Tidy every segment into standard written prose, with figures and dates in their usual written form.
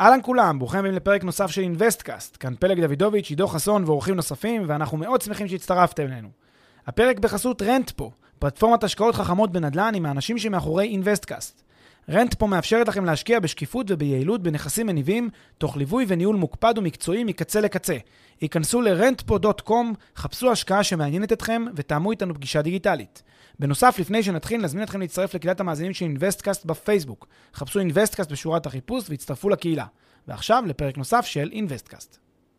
אהלן כולם, ברוכים הבאים לפרק נוסף של אינבסטקאסט. כאן פלג דוידוביץ', עידו חסון ואורחים נוספים, ואנחנו מאוד שמחים שהצטרפתם אלינו. הפרק בחסות רנטפו, פלטפורמת השקעות חכמות בנדל"ן עם האנשים שמאחורי אינבסטקאסט. רנטפו מאפשרת לכם להשקיע בשקיפות וביעילות בנכסים מניבים, תוך ליווי וניהול מוקפד ומקצועי מקצה לקצה. היכנסו ל-rentpo.com, חפשו השקעה שמעניינת אתכם ותאמו איתנו פגישה דיגיטלית. בנוסף, לפני שנתחיל, נזמין אתכם להצטרף לקהילת המאזינים של אינבסטקאסט בפייסבוק. חפשו אינבסטקאסט בשורת החיפוש והצטרפו לקהילה. ועכשיו לפרק נוסף של אינבסטקאסט.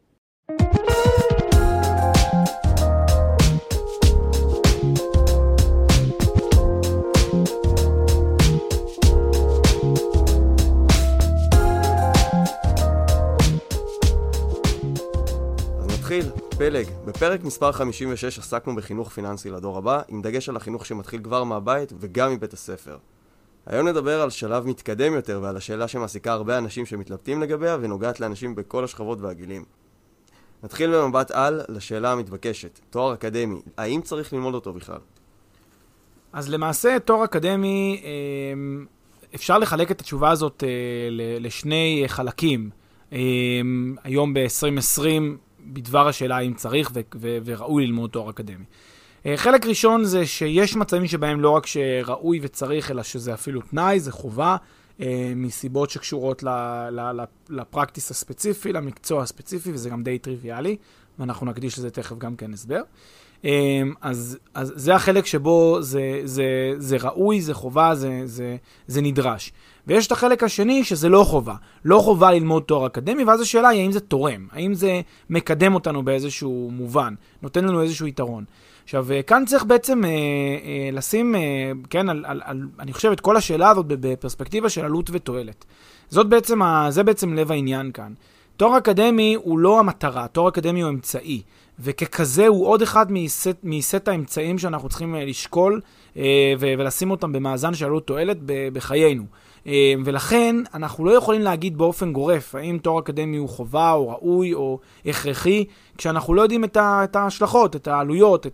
נתחיל, פלג. בפרק מספר 56 עסקנו בחינוך פיננסי לדור הבא, עם דגש על החינוך שמתחיל כבר מהבית וגם מבית הספר. היום נדבר על שלב מתקדם יותר ועל השאלה שמעסיקה הרבה אנשים שמתלבטים לגביה ונוגעת לאנשים בכל השכבות והגילים. נתחיל במבט על לשאלה המתבקשת, תואר אקדמי, האם צריך ללמוד אותו בכלל? אז למעשה תואר אקדמי, אפשר לחלק את התשובה הזאת לשני חלקים. היום ב-2020 בדבר השאלה האם צריך וראוי ללמוד תואר אקדמי. חלק ראשון זה שיש מצבים שבהם לא רק שראוי וצריך, אלא שזה אפילו תנאי, זה חובה, מסיבות שקשורות לפרקטיס הספציפי, למקצוע הספציפי, וזה גם די טריוויאלי, ואנחנו נקדיש לזה תכף גם כן הסבר. אז זה החלק שבו זה ראוי, זה חובה, זה נדרש. ויש את החלק השני שזה לא חובה. לא חובה ללמוד תואר אקדמי, ואז השאלה היא האם זה תורם, האם זה מקדם אותנו באיזשהו מובן, נותן לנו איזשהו יתרון. עכשיו, כאן צריך בעצם לשים, כן, אני חושב את כל השאלה הזאת בפרספקטיבה של עלות ותועלת. זה בעצם לב העניין כאן. תואר אקדמי הוא לא המטרה, תואר אקדמי הוא אמצעי, וככזה הוא עוד אחד מסט האמצעים שאנחנו צריכים לשקול ולשים אותם במאזן של עלות תועלת בחיינו. ולכן אנחנו לא יכולים להגיד באופן גורף האם תואר אקדמי הוא חובה או ראוי או הכרחי, כשאנחנו לא יודעים את ההשלכות, את העלויות,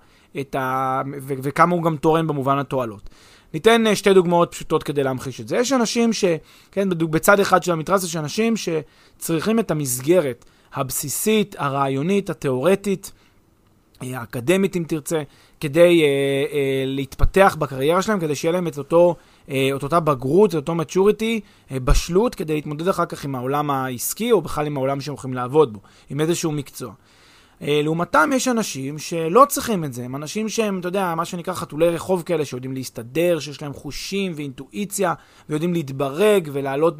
וכמה הוא גם תורם במובן התועלות. ניתן שתי דוגמאות פשוטות כדי להמחיש את זה. יש אנשים כן, בצד אחד של המתרס יש אנשים שצריכים את המסגרת הבסיסית, הרעיונית, התיאורטית, האקדמית אם תרצה, כדי להתפתח בקריירה שלהם, כדי שיהיה להם את אותה בגרות, את אותו maturity, בשלות, כדי להתמודד אחר כך עם העולם העסקי, או בכלל עם העולם שהם הולכים לעבוד בו, עם איזשהו מקצוע. לעומתם יש אנשים שלא צריכים את זה, הם אנשים שהם, אתה יודע, מה שנקרא חתולי רחוב כאלה, שיודעים להסתדר, שיש להם חושים ואינטואיציה, ויודעים להתברג ולעלות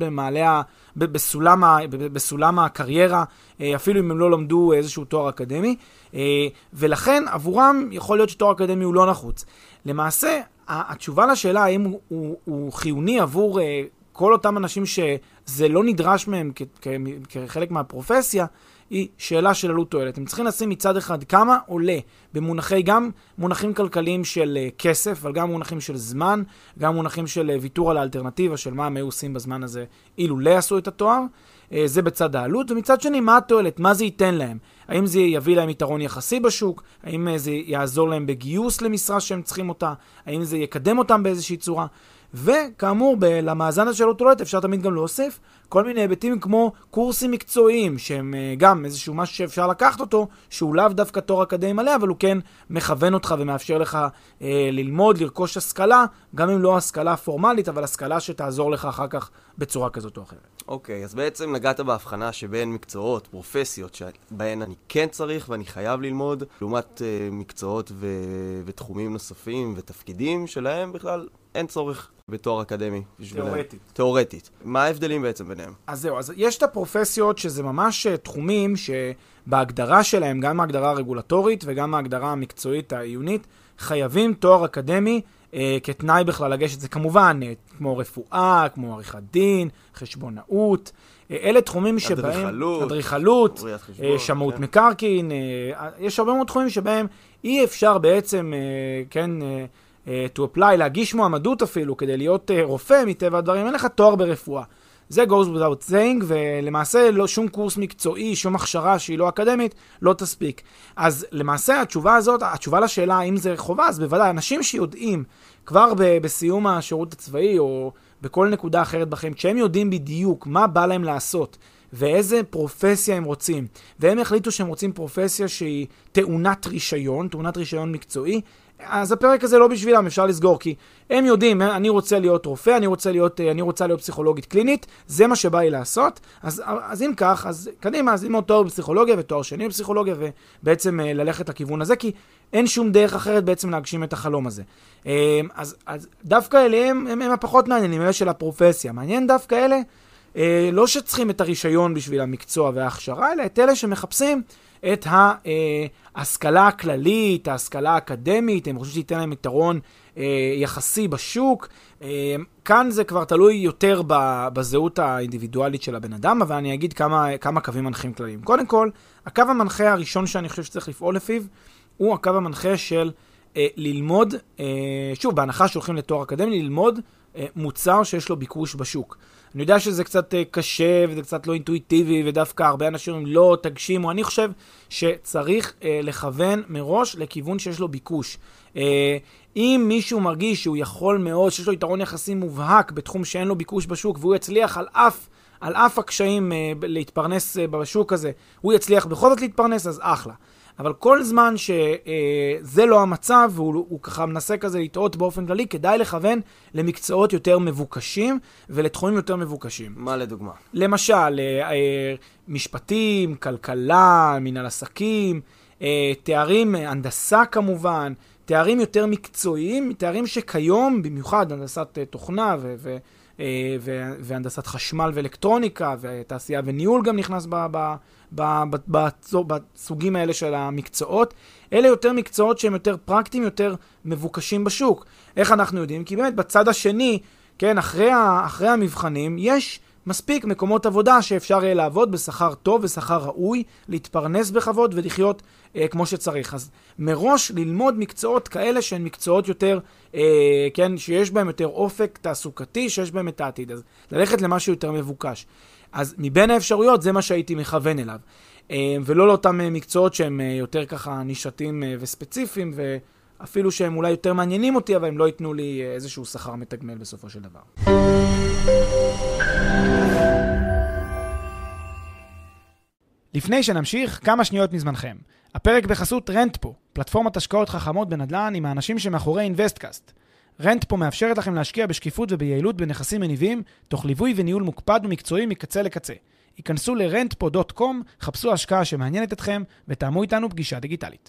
בסולם הקריירה, אפילו אם הם לא למדו איזשהו תואר אקדמי, ולכן עבורם יכול להיות שתואר אקדמי הוא לא נחוץ. למעשה, התשובה לשאלה האם הוא חיוני עבור כל אותם אנשים שזה לא נדרש מהם כחלק מהפרופסיה, היא שאלה של עלות תועלת. הם צריכים לשים מצד אחד כמה עולה גם מונחים כלכליים של כסף, אבל גם מונחים של זמן, גם מונחים של ויתור על האלטרנטיבה של מה הם היו עושים בזמן הזה אילו לא יעשו את התואר. זה בצד העלות, ומצד שני מה התועלת, מה זה ייתן להם? האם זה יביא להם יתרון יחסי בשוק? האם זה יעזור להם בגיוס למשרה שהם צריכים אותה? האם זה יקדם אותם באיזושהי צורה? וכאמור, למאזן הזה של עלות תועלת אפשר תמיד גם להוסיף כל מיני היבטים כמו קורסים מקצועיים, שהם גם איזשהו משהו שאפשר לקחת אותו, שהוא לאו דווקא תואר אקדמי מלא, אבל הוא כן מכוון אותך ומאפשר לך ללמוד, לרכוש השכלה, גם אם לא השכלה פורמלית, אבל השכלה שתעזור לך אחר כך בצורה כזאת או אחרת. אוקיי, אז בעצם נגעת בהבחנה שבין מקצועות, פרופסיות, שבהן אני כן צריך ואני חייב ללמוד, לעומת מקצועות ותחומים נוספים ותפקידים שלהם בכלל אין צורך בתואר אקדמי. תיאורטית. מה ההבדלים בעצם ביניהם? אז זהו, אז יש את הפרופסיות שזה ממש תחומים שבהגדרה שלהם, גם ההגדרה הרגולטורית וגם ההגדרה המקצועית העיונית, חייבים תואר אקדמי כתנאי בכלל לגשת. זה כמובן כמו רפואה, כמו עריכת דין, חשבונאות, אלה תחומים שבהם אדריכלות, שמאות מקרקעין, יש הרבה מאוד תחומים שבהם אי אפשר בעצם, כן, to apply, להגיש מועמדות אפילו כדי להיות רופא מטבע הדברים, אין לך תואר ברפואה. זה goes without saying, ולמעשה לא שום קורס מקצועי, שום הכשרה שהיא לא אקדמית, לא תספיק. אז למעשה התשובה לשאלה האם זה חובה, אז בוודאי, אנשים שיודעים כבר בסיום השירות הצבאי, או בכל נקודה אחרת בחיים, כשהם יודעים בדיוק מה בא להם לעשות, ואיזה פרופסיה הם רוצים, והם החליטו שהם רוצים פרופסיה שהיא טעונת רישיון מקצועי, אז הפרק הזה לא בשבילם, אפשר לסגור, כי הם יודעים, אני רוצה להיות רופא, אני רוצה להיות פסיכולוגית קלינית, זה מה שבא לי לעשות, אז אם כך, אז קדימה, אז ללמוד תואר בפסיכולוגיה ותואר שני בפסיכולוגיה, ובעצם ללכת לכיוון הזה, כי אין שום דרך אחרת בעצם להגשים את החלום הזה. אז דווקא אליהם הם הפחות מעניינים, אלה של הפרופסיה. מעניין דווקא אלה, לא שצריכים את הרישיון בשביל המקצוע וההכשרה, אלא את אלה שמחפשים את ההשכלה הכללית, ההשכלה האקדמית, הם חושבים שייתן להם יתרון יחסי בשוק. כאן זה כבר תלוי יותר בזהות האינדיבידואלית של הבן אדם, אבל אני אגיד כמה קווים מנחים כלליים. קודם כל, הקו המנחה הראשון שאני חושב שצריך לפעול לפיו, הוא הקו המנחה של ללמוד, שוב, בהנחה שהולכים לתואר אקדמי, ללמוד מוצר שיש לו ביקוש בשוק. אני יודע שזה קצת קשה וזה קצת לא אינטואיטיבי, ודווקא הרבה אנשים לא תגשימו. אני חושב שצריך לכוון מראש לכיוון שיש לו ביקוש. אם מישהו מרגיש שהוא יכול מאוד, שיש לו יתרון יחסי מובהק בתחום שאין לו ביקוש בשוק, והוא יצליח על אף הקשיים להתפרנס בשוק הזה, הוא יצליח בכל זאת להתפרנס, אז אחלה. אבל כל זמן שזה לא המצב, והוא ככה מנסה כזה לטעות באופן כללי, כדאי לכוון למקצועות יותר מבוקשים ולתחומים יותר מבוקשים. מה לדוגמה? למשל, משפטים, כלכלה, מנהל עסקים, תארים, הנדסה כמובן, תארים יותר מקצועיים, תארים שכיום, במיוחד הנדסת תוכנה והנדסת חשמל ואלקטרוניקה, ותעשייה וניהול גם נכנס בסוגים האלה של המקצועות. אלה יותר מקצועות שהם יותר פרקטיים, יותר מבוקשים בשוק. איך אנחנו יודעים? כי באמת בצד השני, כן, אחרי המבחנים, יש מספיק מקומות עבודה שאפשר יהיה לעבוד בשכר טוב ושכר ראוי, להתפרנס בכבוד ולחיות כמו שצריך. אז מראש ללמוד מקצועות כאלה שהן מקצועות יותר, כן, שיש בהם יותר אופק תעסוקתי, שיש בהם את העתיד. אז ללכת למשהו יותר מבוקש. אז מבין האפשרויות זה מה שהייתי מכוון אליו. ולא לאותם מקצועות שהם יותר ככה נישתים וספציפיים, ואפילו שהם אולי יותר מעניינים אותי, אבל הם לא ייתנו לי איזשהו שכר מתגמל בסופו של דבר. לפני שנמשיך, כמה שניות מזמנכם. הפרק בחסות רנטפו, פלטפורמת השקעות חכמות בנדל"ן עם האנשים שמאחורי אינבסטקאסט. רנטפו מאפשרת לכם להשקיע בשקיפות וביעילות בנכסים מניבים, תוך ליווי וניהול מוקפד ומקצועי מקצה לקצה. היכנסו ל-rentpo.com, חפשו השקעה שמעניינת אתכם ותאמו איתנו פגישה דיגיטלית.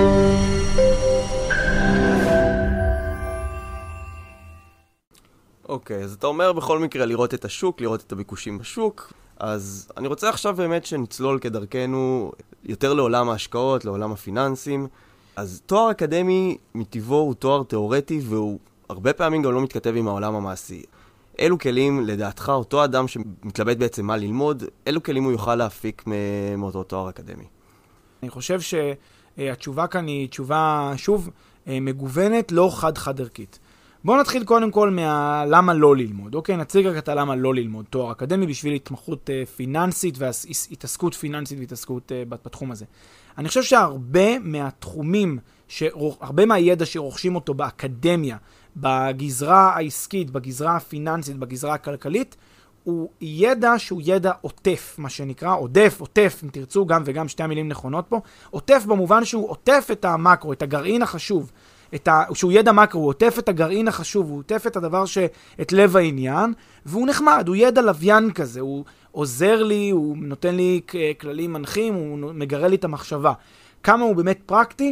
אוקיי, אז אתה אומר בכל מקרה לראות את השוק, לראות את הביקושים בשוק. אז אני רוצה עכשיו באמת שנצלול כדרכנו יותר לעולם ההשקעות, לעולם הפיננסים. אז תואר אקדמי מטבעו הוא תואר תיאורטי, והוא הרבה פעמים גם לא מתכתב עם העולם המעשי. אילו כלים, לדעתך, אותו אדם שמתלבט בעצם מה ללמוד, אילו כלים הוא יוכל להפיק מאותו תואר אקדמי? אני חושב שהתשובה כאן היא תשובה, שוב, מגוונת, לא חד ערכית. בואו נתחיל קודם כל מהלמה לא ללמוד. אוקיי, נציג רק את הלמה לא ללמוד תואר אקדמי בשביל התמחות פיננסית והתעסקות פיננסית והתעסקות בתחום הזה. אני חושב שהרבה מהתחומים, הרבה מהידע שרוכשים אותו באקדמיה, בגזרה העסקית, בגזרה הפיננסית, בגזרה הכלכלית, הוא ידע שהוא ידע עוטף, מה שנקרא, עוטף, אם תרצו, גם וגם שתי המילים נכונות פה, עוטף במובן שהוא עוטף את המקרו, את הגרעין החשוב, שהוא ידע מקרו, הוא עוטף את הגרעין החשוב, הוא עוטף את הדבר את לב העניין, והוא נחמד, הוא ידע לוויין כזה, הוא עוזר לי, הוא נותן לי כללים מנחים, הוא מגרה לי את המחשבה. כמה הוא באמת פרקטי?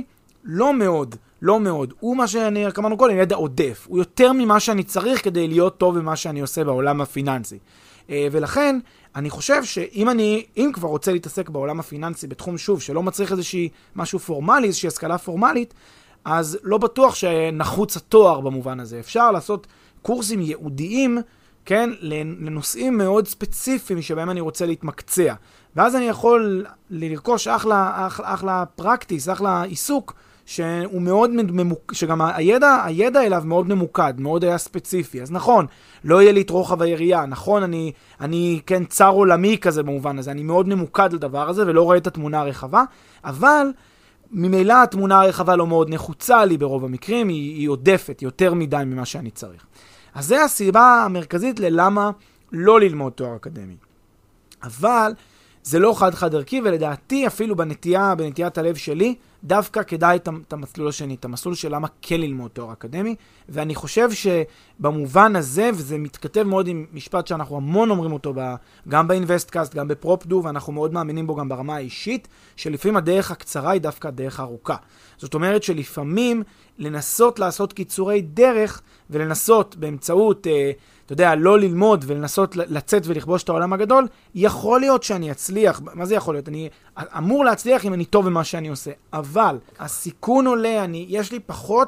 לא מאוד. הוא מה שאני, כמובן כל, ידע עודף. הוא יותר ממה שאני צריך כדי להיות טוב במה שאני עושה בעולם הפיננסי. ולכן, אני חושב אם כבר רוצה להתעסק בעולם הפיננסי בתחום שוב, שלא מצריך משהו פורמלי, איזושהי השכלה פורמלית, אז לא בטוח שנחוץ התואר במובן הזה. אפשר לעשות קורסים ייעודיים, כן, לנושאים מאוד ספציפיים שבהם אני רוצה להתמקצע. ואז אני יכול לרכוש אחלה פרקטיס, אחלה עיסוק, שהוא מאוד שגם הידע אליו מאוד ממוקד, מאוד היה ספציפי. אז נכון, לא יהיה לי את רוחב היריעה. נכון, אני כן צר עולמי כזה במובן הזה. אני מאוד ממוקד לדבר הזה ולא רואה את התמונה הרחבה, אבל ממילא התמונה הרחבה לא מאוד נחוצה לי ברוב המקרים, היא עודפת יותר מדי ממה שאני צריך. אז זה הסיבה המרכזית ללמה לא ללמוד תואר אקדמי. אבל זה לא חד ערכי, ולדעתי אפילו בנטיית הלב שלי, דווקא כדאי את המסלול השני, את המסלול של למה כן ללמוד תואר אקדמי, ואני חושב שבמובן הזה, וזה מתכתב מאוד עם משפט שאנחנו המון אומרים אותו, גם באינבסטקאסט, גם בפרופדו, ואנחנו מאוד מאמינים בו גם ברמה האישית, שלפעמים הדרך הקצרה היא דווקא הדרך הארוכה. זאת אומרת שלפעמים לנסות לעשות קיצורי דרך, ולנסות באמצעות אתה יודע, לא ללמוד ולנסות לצאת ולכבוש את העולם הגדול, יכול להיות שאני אצליח. מה זה יכול להיות? אני אמור להצליח אם אני טוב במה שאני עושה. אבל הסיכון עולה, יש לי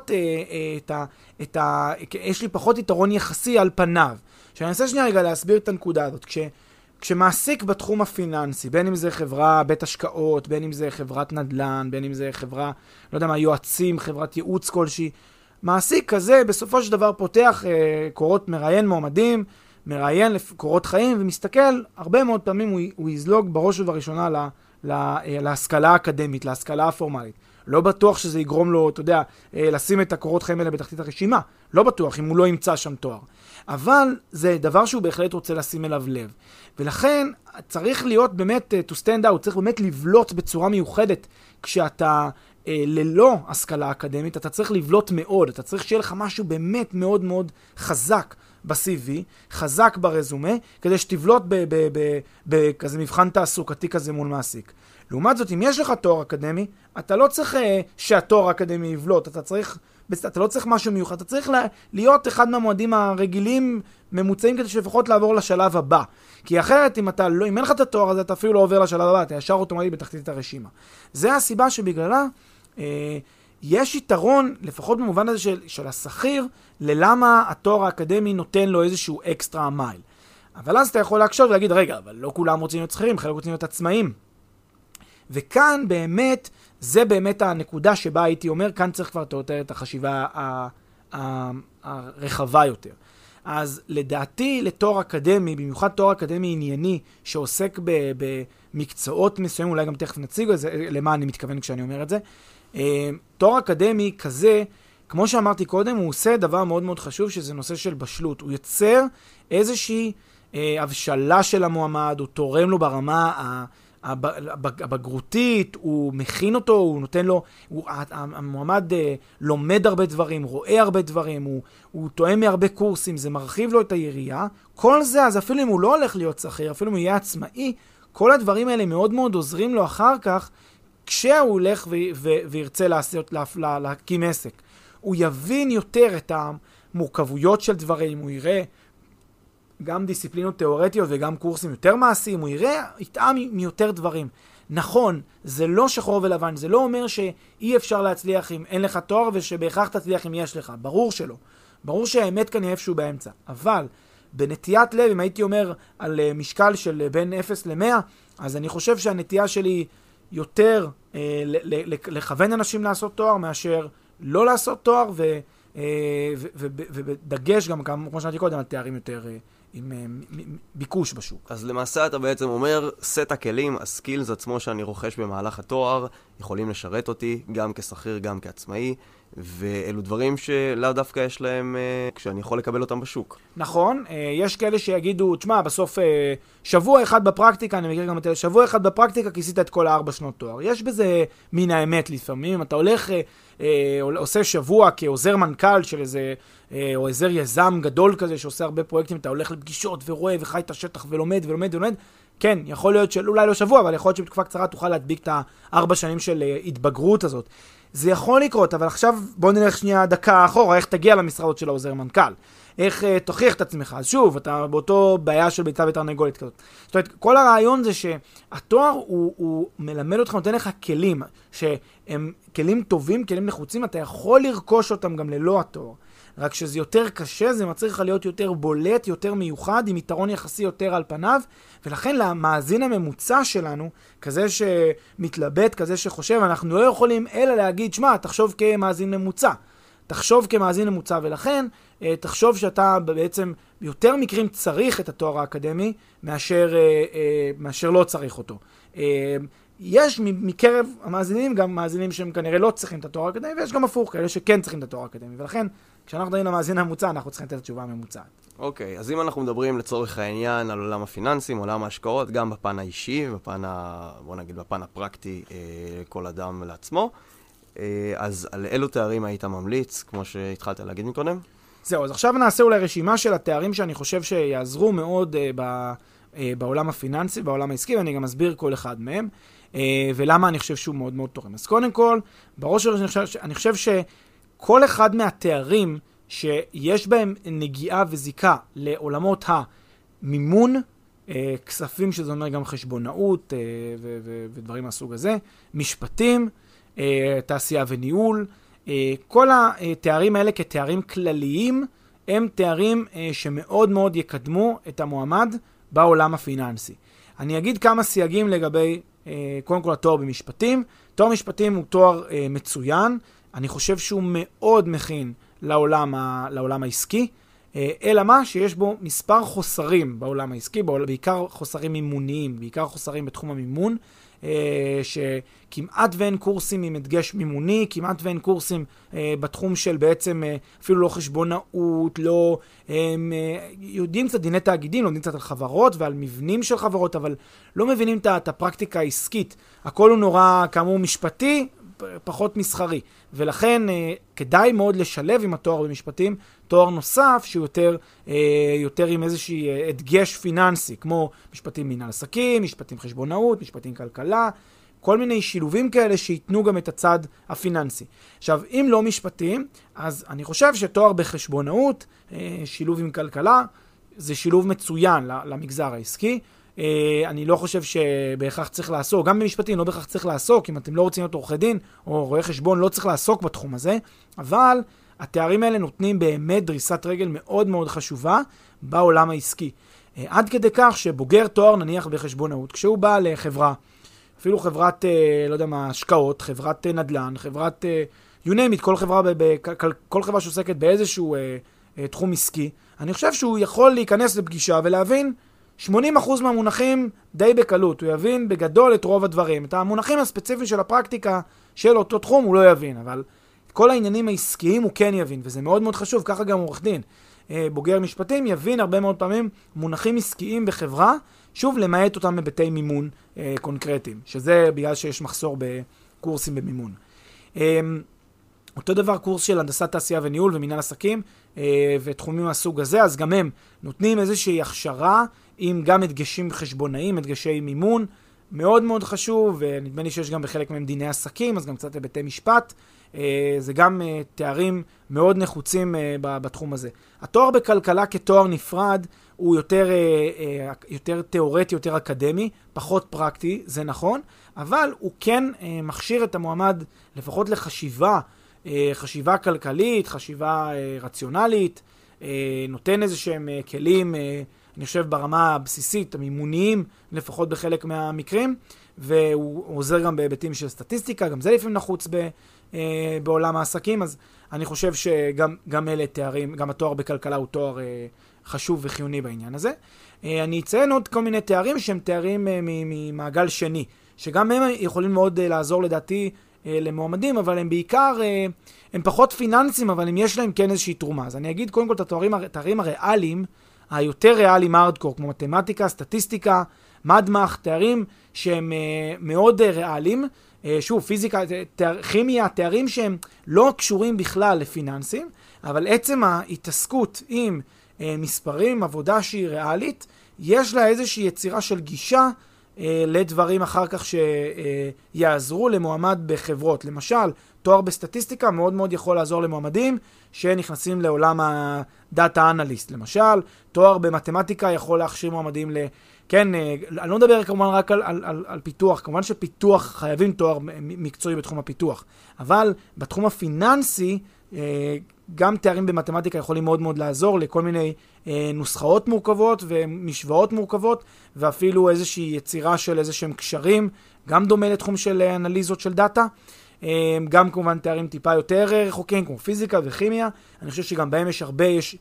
פחות יתרון יחסי על פניו. שאני אנסה שנייה רגע להסביר את הנקודה הזאת. כשמעסיק בתחום הפיננסי, בין אם זה חברה, בית השקעות, בין אם זה חברת נדל"ן, בין אם זה חברה, לא יודע מה, יועצים, חברת ייעוץ כלשהי, מעסיק כזה בסופו של דבר פותח מראיין מועמדים, מראיין קורות חיים ומסתכל, הרבה מאוד פעמים הוא יזלוג בראש ובראשונה להשכלה האקדמית, להשכלה הפורמלית. לא בטוח שזה יגרום לו, אתה יודע, לשים את הקורות חיים האלה בתחתית הרשימה. לא בטוח אם הוא לא ימצא שם תואר. אבל זה דבר שהוא בהחלט רוצה לשים אליו לב. ולכן צריך להיות באמת, to stand out, צריך באמת לבלוט בצורה מיוחדת כשאתה ללא השכלה אקדמית, אתה צריך לבלוט מאוד, אתה צריך שיהיה לך משהו באמת מאוד מאוד חזק ב-CV, חזק ברזומה, כדי שתבלוט בכזה מבחן תעסוקתי כזה מול מעסיק. לעומת זאת, אם יש לך תואר אקדמי, אתה לא צריך שהתואר האקדמי יבלוט, אתה לא צריך משהו מיוחד, אתה צריך להיות אחד מהמועדים הרגילים ממוצעים כדי שלפחות לעבור לשלב הבא. כי אחרת, אם אין לך את התואר הזה, אתה אפילו לא עובר לשלב הבא, אתה ישר אוטומטית בתחתית הרשימה. זה הסיבה שבגללה יש יתרון, לפחות במובן הזה של השכיר, ללמה התואר האקדמי נותן לו איזשהו אקסטרה מייל. אבל אז אתה יכול להקשות ולהגיד, רגע, אבל לא כולם רוצים להיות שכירים, חלק רוצים להיות עצמאים. וכאן באמת, זה באמת הנקודה שבה הייתי אומר, כאן צריך כבר יותר את החשיבה הרחבה יותר. אז לדעתי לתואר אקדמי, במיוחד תואר אקדמי ענייני, שעוסק במקצועות מסוימים, אולי גם תכף נציג למה אני מתכוון כשאני אומר את זה, תואר אקדמי כזה, כמו שאמרתי קודם, הוא עושה דבר מאוד מאוד חשוב, שזה נושא של בשלות. הוא יוצר איזושהי הבשלה של המועמד, הוא תורם לו ברמה הבגרותית, הוא מכין אותו, הוא נותן לו, המועמד לומד הרבה דברים, רואה הרבה דברים, הוא תואם מהרבה קורסים, זה מרחיב לו את היריעה. כל זה, אז אפילו אם הוא לא הולך להיות שכיר, אפילו אם הוא יהיה עצמאי, כל הדברים האלה מאוד מאוד עוזרים לו אחר כך, כשהוא הולך וירצה להקים עסק. הוא יבין יותר את המורכבויות של דברים, הוא יראה גם דיסציפלינות תיאורטיות וגם קורסים יותר מעשיים, הוא יראה, יטעם מיותר דברים. נכון, זה לא שחור ולבן, זה לא אומר שאי אפשר להצליח אם אין לך תואר ושבהכרח תצליח אם יש לך. ברור שלא. ברור שהאמת כאן היא איפשהו באמצע. אבל בנטיית לב, אם הייתי אומר על משקל של בין 0 ל-100, אז אני חושב שהנטייה שלי יותר לכוון אנשים לעשות תואר מאשר לא לעשות תואר, ובדגש גם, כמו שאמרתי קודם, על תארים יותר עם ביקוש בשוק. אז למעשה אתה בעצם אומר, סט הכלים, הסקילס עצמו שאני רוכש במהלך התואר, יכולים לשרת אותי גם כשכיר, גם כעצמאי, ואלו דברים שלאו דווקא יש להם כשאני יכול לקבל אותם בשוק. נכון, יש כאלה שיגידו, תשמע, בסוף שבוע אחד בפרקטיקה, אני מכיר גם את שבוע אחד בפרקטיקה, כיסית את כל 4 שנות תואר. יש בזה מן האמת לפעמים, אתה הולך, עושה שבוע כעוזר מנכ"ל של איזה, או עוזר יזם גדול כזה שעושה הרבה פרויקטים, אתה הולך לפגישות ורואה וחי את השטח ולומד ולומד ולומד, כן, יכול להיות שאולי לא שבוע, אבל יכול להיות שבתקופה קצרה תוכל להדביק את 4 שנים של התבגרות הזאת. זה יכול לקרות, אבל עכשיו בוא נלך שנייה דקה אחורה, איך תגיע למשרות של העוזר מנכ"ל, איך תוכיח את עצמך. אז שוב, אתה באותו בעיה של ביצה ותרנגולת כזאת. זאת אומרת, כל הרעיון זה שהתואר הוא מלמד אותך, נותן לך כלים, שהם כלים טובים, כלים נחוצים, אתה יכול לרכוש אותם גם ללא התואר. רק שזה יותר קשה, זה מצריך להיות יותר בולט, יותר מיוחד, עם יתרון יחסי יותר על פניו, ולכן למאזין הממוצע שלנו, כזה שמתלבט, כזה שחושב, אנחנו לא יכולים אלא להגיד, שמה, תחשוב כמאזין ממוצע. תחשוב כמאזין ממוצע, ולכן תחשוב שאתה בעצם יותר מקרים צריך את התואר האקדמי, מאשר לא צריך אותו. יש מקרב המאזינים גם מאזינים שהם כנראה לא צריכים את התואר האקדמי, ויש גם הפוך, כאלה שכן צריכים את התואר האקדמי, ולכן כשאנחנו מדברים למאזין הממוצע, אנחנו צריכים לתת תשובה ממוצעת. אוקיי, אז אם אנחנו מדברים לצורך העניין על עולם הפיננסים, עולם ההשקעות, גם בפן האישי, בוא נגיד בפן הפרקטי, כל אדם לעצמו, אז על אילו תארים היית ממליץ, כמו שהתחלת להגיד מקודם? זהו, אז עכשיו נעשה אולי רשימה של התארים שאני חושב שיעזרו מאוד בעולם הפיננסי, בעולם העסקי, ואני גם אסביר כל אחד מהם, ולמה אני חושב שהוא מאוד מאוד תורם. אז קודם כל, בראש אני חושב שכל אחד מהתארים שיש בהם נגיעה וזיקה לעולמות המימון, כספים, שזה אומר גם חשבונאות ודברים מהסוג הזה, משפטים, תעשייה וניהול, כל התארים האלה כתארים כלליים, הם תארים שמאוד מאוד יקדמו את המועמד בעולם הפיננסי. אני אגיד כמה סייגים לגבי, קודם כל התואר במשפטים. תואר משפטים הוא תואר מצוין, אני חושב שהוא מאוד מכין לעולם העסקי, אלא מה? שיש בו מספר חוסרים בעולם העסקי, בעיקר חוסרים מימוניים, בעיקר חוסרים בתחום המימון, שכמעט ואין קורסים עם הדגש מימוני, כמעט ואין קורסים בתחום של בעצם אפילו לא חשבונאות, לא יודעים קצת דיני תאגידים, לומדים קצת על חברות ועל מבנים של חברות, אבל לא מבינים את הפרקטיקה העסקית. הכל הוא נורא כאמור משפטי, פחות מסחרי, ולכן כדאי מאוד לשלב עם התואר במשפטים תואר נוסף שהוא יותר עם איזושהי הדגש פיננסי, כמו משפטים מנהל עסקים, משפטים חשבונאות, משפטים כלכלה, כל מיני שילובים כאלה שיתנו גם את הצד הפיננסי. עכשיו, אם לא משפטים, אז אני חושב שתואר בחשבונאות, שילוב עם כלכלה, זה שילוב מצוין למגזר העסקי. אני לא חושב שבהכרח צריך לעסוק, גם במשפטים לא בהכרח צריך לעסוק, אם אתם לא רוצים להיות עורכי דין או רואי חשבון, לא צריך לעסוק בתחום הזה, אבל התארים האלה נותנים באמת דריסת רגל מאוד מאוד חשובה בעולם העסקי. עד כדי כך שבוגר תואר נניח בחשבונאות, כשהוא בא לחברה, אפילו חברת, לא יודע מה, השקעות, חברת נדל"ן, חברת, you name it, כל חברה שעוסקת באיזשהו תחום עסקי, אני חושב שהוא יכול להיכנס לפגישה ולהבין 80% מהמונחים די בקלות, הוא יבין בגדול את רוב הדברים. את המונחים הספציפיים של הפרקטיקה של אותו תחום הוא לא יבין, אבל כל העניינים העסקיים הוא כן יבין, וזה מאוד מאוד חשוב, ככה גם עורך דין. בוגר משפטים יבין הרבה מאוד פעמים מונחים עסקיים בחברה, שוב למעט אותם היבטי מימון קונקרטיים, שזה בגלל שיש מחסור בקורסים במימון. אותו דבר קורס של הנדסת תעשייה וניהול ומנהל עסקים ותחומים מהסוג הזה, אז גם הם נותנים איזושהי הכשרה עם גם הדגשים חשבונאיים, הדגשי מימון, מאוד מאוד חשוב, ונדמה לי שיש גם בחלק מהם דיני עסקים, אז גם קצת היבטי משפט, זה גם תארים מאוד נחוצים בתחום הזה. התואר בכלכלה כתואר נפרד הוא יותר תיאורטי, יותר אקדמי, פחות פרקטי, זה נכון, אבל הוא כן מכשיר את המועמד לפחות לחשיבה, חשיבה כלכלית, חשיבה רציונלית, נותן איזה שהם כלים, אני חושב ברמה הבסיסית, המימוניים, לפחות בחלק מהמקרים, והוא עוזר גם בהיבטים של סטטיסטיקה, גם זה לפעמים נחוץ בעולם העסקים, אז אני חושב שגם אלה תארים, גם התואר בכלכלה הוא תואר חשוב וחיוני בעניין הזה. אני אציין עוד כל מיני תארים שהם תארים ממעגל שני, שגם הם יכולים מאוד לעזור לדעתי למועמדים, אבל הם בעיקר, הם פחות פיננסיים, אבל הם יש להם כן איזושהי תרומה. אז אני אגיד קודם כל את התארים הריאליים, היותר ריאליים הארדקור, כמו מתמטיקה, סטטיסטיקה, מדמח, תארים שהם מאוד ריאליים, שוב, פיזיקה, כימיה, תארים שהם לא קשורים בכלל לפיננסים, אבל עצם ההתעסקות עם מספרים, עבודה שהיא ריאלית, יש לה איזושהי יצירה של גישה לדברים אחר כך שיעזרו למועמד בחברות. למשל, תואר בסטטיסטיקה מאוד מאוד יכול לעזור למועמדים שנכנסים לעולם הדאטה אנליסט. למשל, תואר במתמטיקה יכול להכשיר מועמדים כן, אני לא מדבר כמובן רק על פיתוח, כמובן שפיתוח חייבים תואר מקצועי בתחום הפיתוח, אבל בתחום הפיננסי, גם תארים במתמטיקה יכולים מאוד מאוד לעזור לכל מיני נוסחאות מורכבות ומשוואות מורכבות, ואפילו איזושהי יצירה של איזשהם קשרים, גם דומה לתחום של אנליזות של דאטה, גם כמובן תארים טיפה יותר רחוקים, כמו פיזיקה וכימיה, אני חושב שגם בהם יש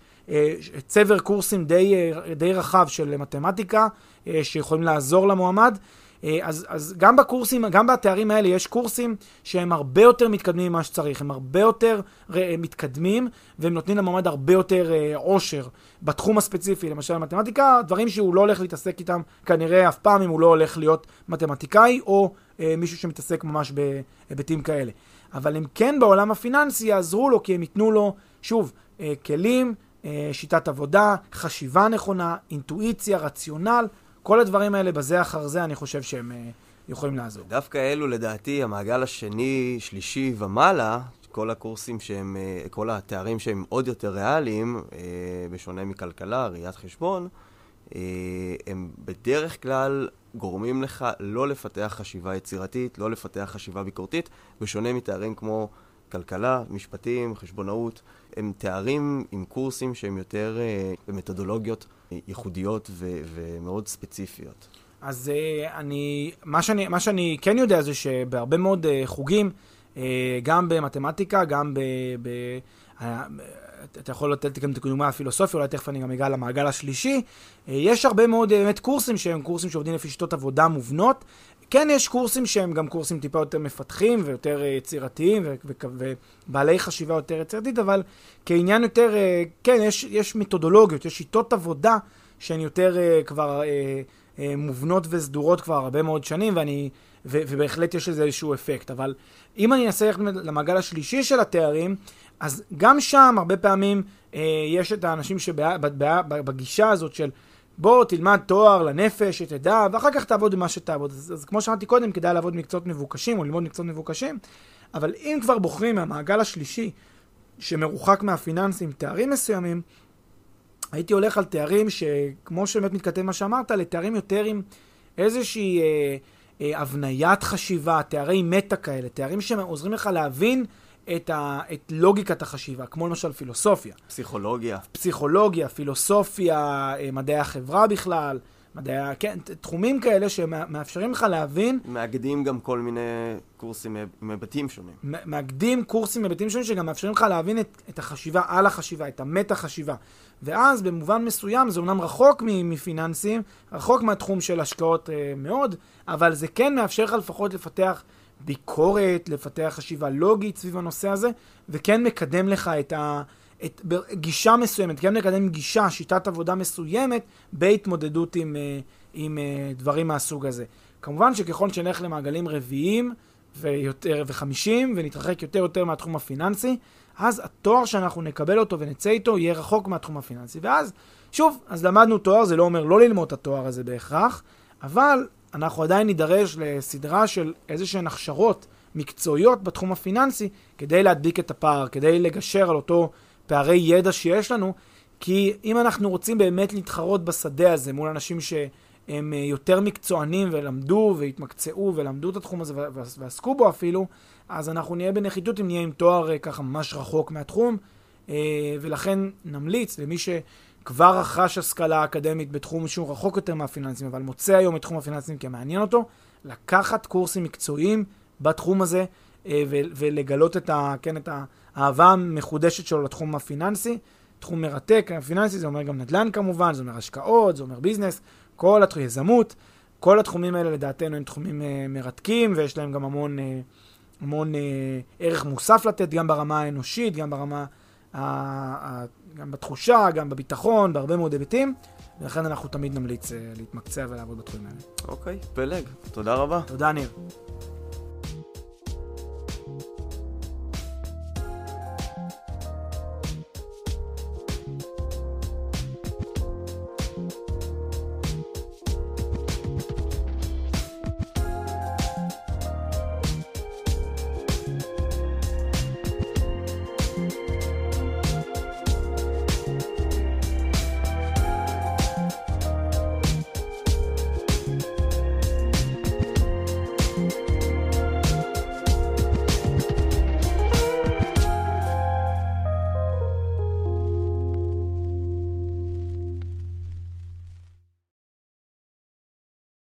צבר קורסים די רחב של מתמטיקה, שיכולים לעזור למועמד. אז גם בקורסים, גם בתארים האלה יש קורסים שהם הרבה יותר מתקדמים ממה שצריך, הם הרבה יותר מתקדמים, והם נותנים למועמד הרבה יותר עושר בתחום הספציפי, למשל מתמטיקה, דברים שהוא לא הולך להתעסק איתם כנראה אף פעם אם הוא לא הולך להיות מתמטיקאי, או מישהו שמתעסק ממש בהיבטים כאלה. אבל הם כן בעולם הפיננסי יעזרו לו, כי הם ייתנו לו, שוב, כלים, שיטת עבודה, חשיבה נכונה, אינטואיציה, רציונל, כל הדברים האלה בזה אחר זה, אני חושב שהם יכולים לעזור. דווקא אלו, לדעתי, המעגל השני, שלישי ומעלה, כל הקורסים שהם, כל התארים שהם עוד יותר ריאליים, בשונה מכלכלה, ראיית חשבון, הם בדרך כלל גורמים לך לא לפתח חשיבה יצירתית, לא לפתח חשיבה ביקורתית, בשונה מתארים כמו כלכלה, משפטים, חשבונאות. הם תארים עם קורסים שהם יותר במתודולוגיות ייחודיות ומאוד ספציפיות. אז מה שאני כן יודע זה שבהרבה מאוד חוגים, גם במתמטיקה, גם אתה יכול לתת גם דוגמה הפילוסופיה, אולי תכף אני גם אגע למעגל השלישי, יש הרבה מאוד באמת קורסים שהם קורסים שעובדים לפי שיטות עבודה מובנות. כן, יש קורסים שהם גם קורסים טיפה יותר מפתחים ויותר יצירתיים ובעלי חשיבה יותר יצירתית, אבל כעניין יותר, כן, יש מתודולוגיות, יש שיטות עבודה שהן יותר כבר מובנות וסדורות כבר הרבה מאוד שנים, ובהחלט יש לזה איזשהו אפקט. אבל אם אני אנסה ללכת למעגל השלישי של התארים, אז גם שם הרבה פעמים יש את האנשים שבגישה הזאת של בוא תלמד תואר לנפש, שתדע, ואחר כך תעבוד במה שתעבוד. אז כמו שאמרתי קודם, כדאי לעבוד מקצועות מבוקשים או ללמוד מקצועות מבוקשים, אבל אם כבר בוחרים מהמעגל השלישי שמרוחק מהפיננסים תארים מסוימים, הייתי הולך על תארים שכמו שבאמת מתכתב מה שאמרת, לתארים יותר עם איזושהי הבניית חשיבה, תארי מטה כאלה, תארים שעוזרים לך להבין את לוגיקת החשיבה, כמו למשל פילוסופיה. פסיכולוגיה, פילוסופיה, מדעי החברה בכלל, כן, תחומים כאלה שמאפשרים לך להבין. מאגדים גם כל מיני קורסים עם היבטים שונים. מאגדים קורסים עם היבטים שונים שגם מאפשרים לך להבין את החשיבה על החשיבה, את המטה חשיבה. ואז במובן מסוים זה אומנם רחוק מפיננסים, רחוק מהתחום של השקעות מאוד, אבל זה כן מאפשר לך לפחות לפתח ביקורת, לפתח חשיבה לוגית סביב הנושא הזה, וכן מקדם לך את גישה מסוימת, כן מקדם גישה, שיטת עבודה מסוימת, בהתמודדות עם דברים מהסוג הזה. כמובן שככל שנלך למעגלים רביעיים וחמישים, ונתרחק יותר מהתחום הפיננסי, אז התואר שאנחנו נקבל אותו ונצא איתו יהיה רחוק מהתחום הפיננסי. ואז, שוב, אז למדנו תואר, זה לא אומר לא ללמוד את התואר הזה בהכרח, אבל אנחנו עדיין נידרש לסדרה של איזשהן הכשרות מקצועיות בתחום הפיננסי, כדי להדביק את הפער, כדי לגשר על אותו פערי ידע שיש לנו, כי אם אנחנו רוצים באמת להתחרות בשדה הזה מול אנשים שהם יותר מקצוענים ולמדו והתמקצעו ולמדו את התחום הזה ועסקו בו אפילו, אז אנחנו נהיה בנחיתות אם נהיה עם תואר ככה ממש רחוק מהתחום, ולכן נמליץ למי שכבר רכש השכלה אקדמית בתחום שהוא רחוק יותר מהפיננסים, אבל מוצא היום את תחום הפיננסים כמעניין אותו, לקחת קורסים מקצועיים בתחום הזה, ולגלות את האהבה המחודשת שלו לתחום הפיננסי, תחום מרתק. הפיננסי זה אומר גם נדל"ן כמובן, זה אומר השקעות, זה אומר ביזנס, כל התחום יזמות, כל התחומים האלה לדעתנו הם תחומים מרתקים, ויש להם גם המון ערך מוסף לתת, גם ברמה האנושית, גם ברמה, גם בתחושה, גם בביטחון, בהרבה מאוד היבטים, ולכן אנחנו תמיד נמליץ להתמקצע ולעבוד בתחומים האלה. אוקיי, פלג, תודה רבה. תודה ניר.